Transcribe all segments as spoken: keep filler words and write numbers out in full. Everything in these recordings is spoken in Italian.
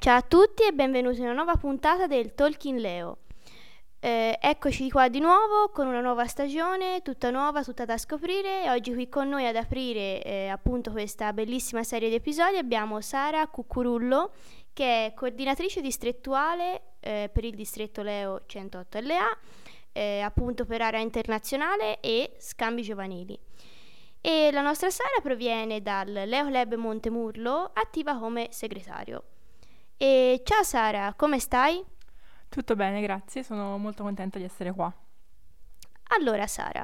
Ciao a tutti e benvenuti in una nuova puntata del Talking Leo. Eh, eccoci qua di nuovo con una nuova stagione, tutta nuova, tutta da scoprire, e oggi qui con noi ad aprire eh, appunto questa bellissima serie di episodi abbiamo Sara Cuccurullo, che è coordinatrice distrettuale eh, per il distretto Leo centootto L A, eh, appunto per area internazionale e scambi giovanili. E la nostra Sara proviene dal Leo Club Montemurlo, attiva come segretario. E ciao Sara, come stai? Tutto bene, grazie, sono molto contenta di essere qua. Allora Sara,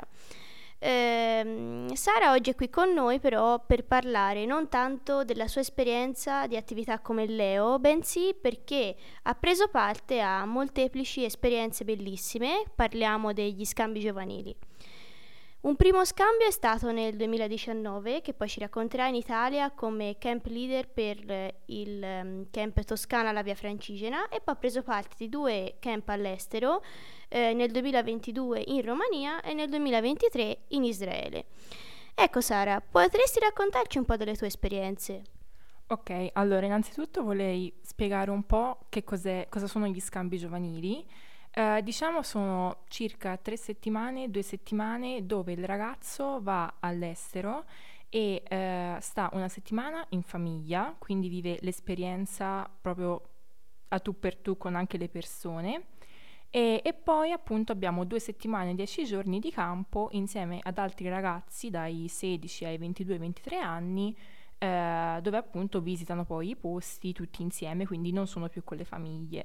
ehm, Sara oggi è qui con noi però per parlare non tanto della sua esperienza di attività come Leo, bensì perché ha preso parte a molteplici esperienze bellissime, parliamo degli scambi giovanili. Un primo scambio è stato nel duemiladiciannove, che poi ci racconterà in Italia come camp leader per eh, il um, camp Toscana alla Via Francigena, e poi ha preso parte di due camp all'estero, eh, nel duemilaventidue in Romania e nel duemilaventitré in Israele. Ecco Sara, potresti raccontarci un po' delle tue esperienze? Ok, allora innanzitutto vorrei spiegare un po' che cos'è, cosa sono gli scambi giovanili. Eh, diciamo sono circa tre settimane, due settimane dove il ragazzo va all'estero e eh, sta una settimana in famiglia, quindi vive l'esperienza proprio a tu per tu con anche le persone. E, e poi appunto abbiamo due settimane, dieci giorni di campo insieme ad altri ragazzi dai sedici ai ventidue ventitré anni, eh, dove appunto visitano poi i posti tutti insieme, quindi non sono più con le famiglie.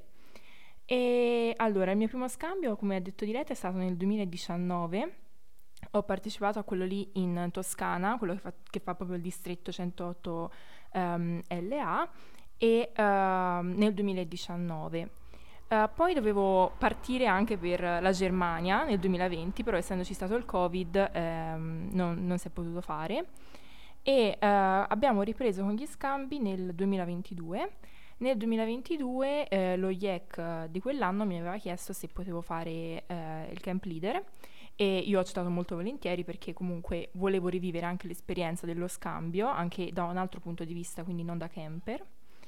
E allora, il mio primo scambio, come ha detto Diletta, è stato nel duemiladiciannove. Ho partecipato a quello lì in Toscana, quello che fa, che fa proprio il distretto centootto ehm, L A, e ehm, nel duemiladiciannove. Eh, poi dovevo partire anche per la Germania nel duemilaventi, però essendoci stato il Covid ehm, non, non si è potuto fare. E eh, abbiamo ripreso con gli scambi nel duemilaventidue. Nel duemilaventidue eh, lo I E C eh, di quell'anno mi aveva chiesto se potevo fare eh, il camp leader, e io ho accettato molto volentieri perché comunque volevo rivivere anche l'esperienza dello scambio, anche da un altro punto di vista, quindi non da camper.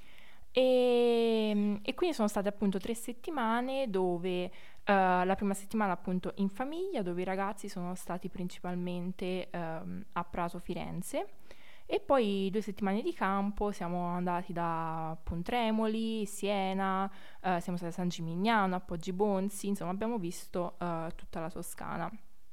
E, e quindi sono state appunto tre settimane dove eh, la prima settimana appunto in famiglia, dove i ragazzi sono stati principalmente ehm, a Prato Firenze, e poi due settimane di campo siamo andati da Pontremoli, Siena, eh, siamo stati a San Gimignano, a Poggibonsi, insomma abbiamo visto eh, tutta la Toscana.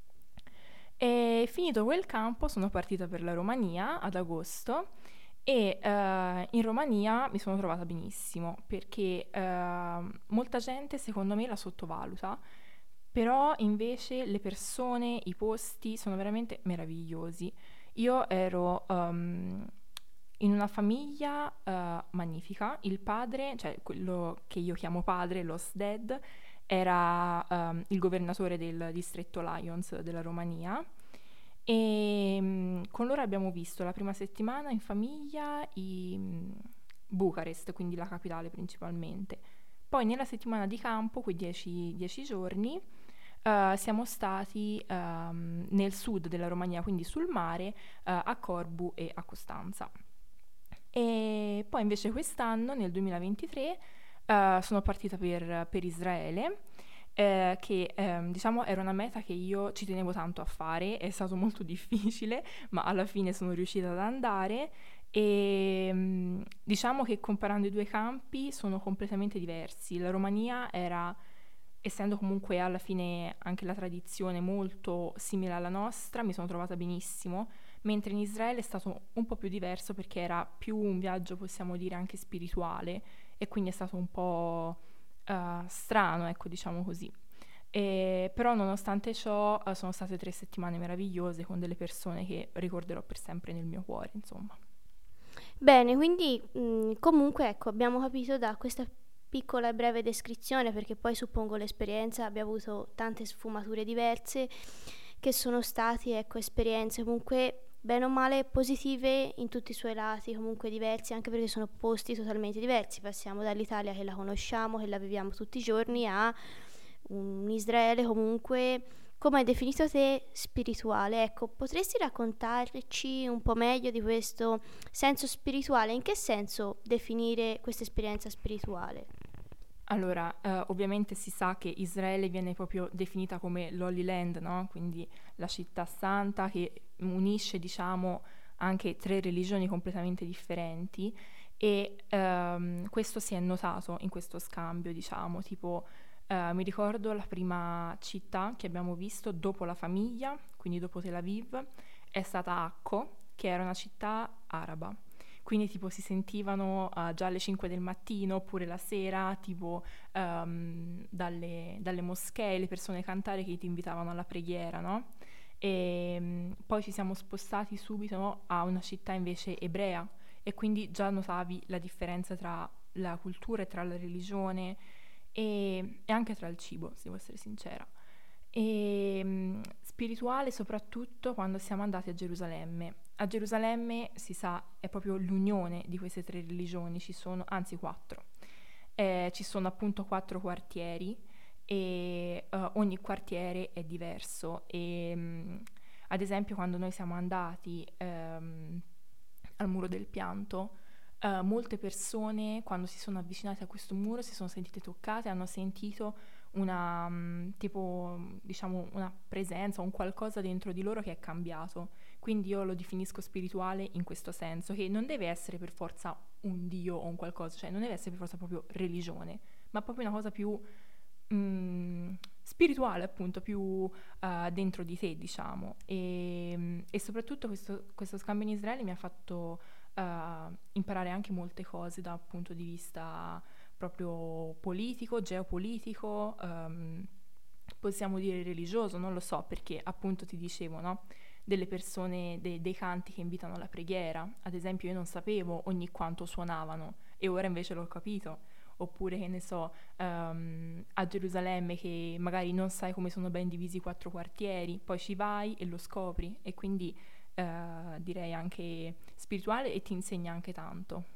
E finito quel campo sono partita per la Romania ad agosto, e eh, in Romania mi sono trovata benissimo perché eh, molta gente secondo me la sottovaluta, però invece le persone, i posti sono veramente meravigliosi. Io ero um, in una famiglia uh, magnifica. Il padre, cioè quello che io chiamo padre, lo SDED, era um, il governatore del distretto Lions della Romania, e um, con loro abbiamo visto la prima settimana in famiglia i, um, Bucarest, quindi la capitale principalmente. Poi nella settimana di campo, quei dieci, dieci giorni, Uh, siamo stati um, nel sud della Romania, quindi sul mare, uh, a Corbu e a Costanza. E poi invece quest'anno, nel duemilaventitré, uh, sono partita per, per Israele, eh, che ehm, diciamo era una meta che io ci tenevo tanto a fare, è stato molto difficile, ma alla fine sono riuscita ad andare. E mm, diciamo che comparando i due campi sono completamente diversi. La Romania era, essendo comunque alla fine anche la tradizione molto simile alla nostra, mi sono trovata benissimo, mentre in Israele è stato un po' più diverso perché era più un viaggio, possiamo dire, anche spirituale, e quindi è stato un po' uh, strano, ecco, diciamo così. E, però nonostante ciò uh, sono state tre settimane meravigliose con delle persone che ricorderò per sempre nel mio cuore, insomma. Bene, quindi mh, comunque ecco, abbiamo capito da questa piccola e breve descrizione, perché poi suppongo l'esperienza abbia avuto tante sfumature diverse, che sono state ecco esperienze comunque bene o male positive in tutti i suoi lati, comunque diversi, anche perché sono posti totalmente diversi. Passiamo dall'Italia che la conosciamo, che la viviamo tutti i giorni, a un Israele comunque come hai definito te, spirituale. Ecco, potresti raccontarci un po' meglio di questo senso spirituale? In che senso definire questa esperienza spirituale? Allora, eh, ovviamente si sa che Israele viene proprio definita come l'Holy Land, no? Quindi la città santa che unisce, diciamo, anche tre religioni completamente differenti e ehm, questo si è notato in questo scambio, diciamo, tipo eh, mi ricordo la prima città che abbiamo visto dopo la famiglia, quindi dopo Tel Aviv, è stata Acco, che era una città araba. Quindi tipo si sentivano uh, già alle cinque del mattino oppure la sera, tipo um, dalle, dalle moschee, le persone cantare che ti invitavano alla preghiera, no? E um, poi ci siamo spostati subito, no, a una città invece ebrea e quindi già notavi la differenza tra la cultura e tra la religione e, e anche tra il cibo, se devo essere sincera. E um, spirituale soprattutto quando siamo andati a Gerusalemme. A Gerusalemme, si sa, è proprio l'unione di queste tre religioni, ci sono, anzi quattro. Eh, ci sono appunto quattro quartieri e uh, ogni quartiere è diverso. E, um, ad esempio, quando noi siamo andati um, al Muro del Pianto, uh, molte persone, quando si sono avvicinate a questo muro, si sono sentite toccate, hanno sentito una, um, tipo, diciamo, una presenza, un qualcosa dentro di loro che è cambiato. Quindi io lo definisco spirituale in questo senso, che non deve essere per forza un dio o un qualcosa, cioè non deve essere per forza proprio religione, ma proprio una cosa più mm, spirituale, appunto, più uh, dentro di te, diciamo. E, e soprattutto questo, questo scambio in Israele mi ha fatto uh, imparare anche molte cose dal punto di vista proprio politico, geopolitico, um, possiamo dire religioso, non lo so, perché appunto ti dicevo, no? Delle persone, de- dei canti che invitano alla preghiera. Ad esempio io non sapevo ogni quanto suonavano e ora invece l'ho capito. Oppure, che ne so, um, a Gerusalemme che magari non sai come sono ben divisi i quattro quartieri, poi ci vai e lo scopri e quindi uh, direi anche spirituale e ti insegna anche tanto.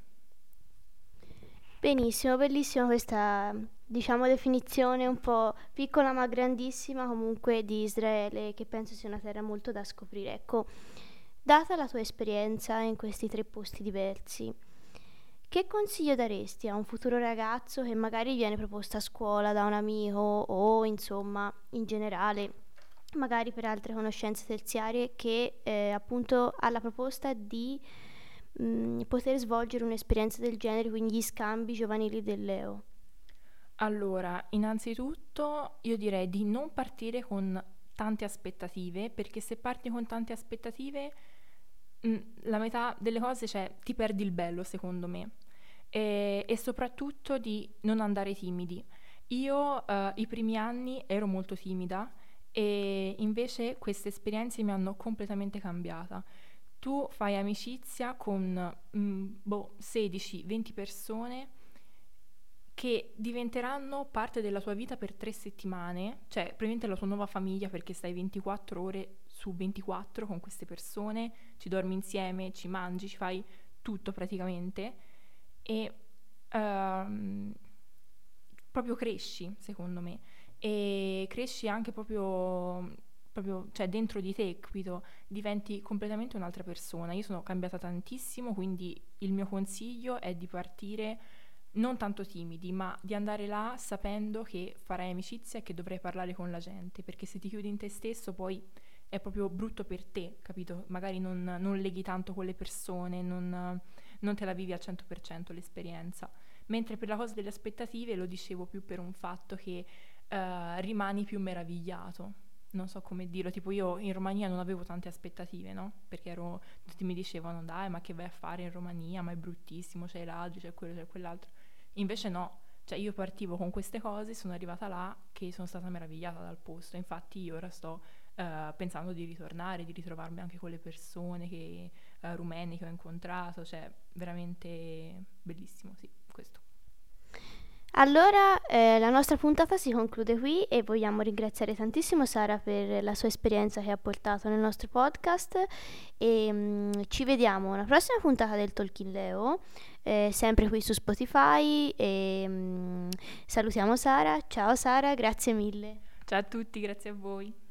Benissimo, bellissima questa, diciamo, definizione un po' piccola ma grandissima comunque di Israele, che penso sia una terra molto da scoprire. Ecco, data la tua esperienza in questi tre posti diversi, che consiglio daresti a un futuro ragazzo che magari viene proposto a scuola da un amico o insomma in generale, magari per altre conoscenze terziarie, che eh, appunto ha la proposta di mh, poter svolgere un'esperienza del genere, quindi gli scambi giovanili del Leo? Allora, innanzitutto io direi di non partire con tante aspettative, perché se parti con tante aspettative, mh, la metà delle cose, cioè, ti perdi il bello, secondo me. E, e soprattutto di non andare timidi. Io eh, i primi anni ero molto timida e invece queste esperienze mi hanno completamente cambiata. Tu fai amicizia con mm, boh, sedici venti persone che diventeranno parte della tua vita per tre settimane, cioè praticamente la tua nuova famiglia perché stai ventiquattro ore su ventiquattro con queste persone, ci dormi insieme, ci mangi, ci fai tutto praticamente e ehm, proprio cresci, secondo me, e cresci anche proprio, proprio, cioè dentro di te, capito? Diventi completamente un'altra persona. Io sono cambiata tantissimo, quindi il mio consiglio è di partire non tanto timidi, ma di andare là sapendo che farai amicizia e che dovrai parlare con la gente, perché se ti chiudi in te stesso poi è proprio brutto per te, capito? Magari non, non leghi tanto con le persone, non, non te la vivi al cento per cento l'esperienza. Mentre per la cosa delle aspettative lo dicevo più per un fatto che eh, rimani più meravigliato. Non so come dirlo, tipo io in Romania non avevo tante aspettative, no? Perché ero, tutti mi dicevano, dai, ma che vai a fare in Romania? Ma è bruttissimo, c'è i ladri, c'è quello, c'è quell'altro. Invece no, cioè io partivo con queste cose, sono arrivata là che sono stata meravigliata dal posto. Infatti io ora sto eh, pensando di ritornare, di ritrovarmi anche con le persone che, eh, rumene che ho incontrato, cioè veramente bellissimo, sì, questo. Allora, eh, la nostra puntata si conclude qui e vogliamo ringraziare tantissimo Sara per la sua esperienza che ha portato nel nostro podcast e mh, ci vediamo alla prossima puntata del Talking Leo, eh, sempre qui su Spotify e mh, salutiamo Sara. Ciao Sara, grazie mille. Ciao a tutti, grazie a voi.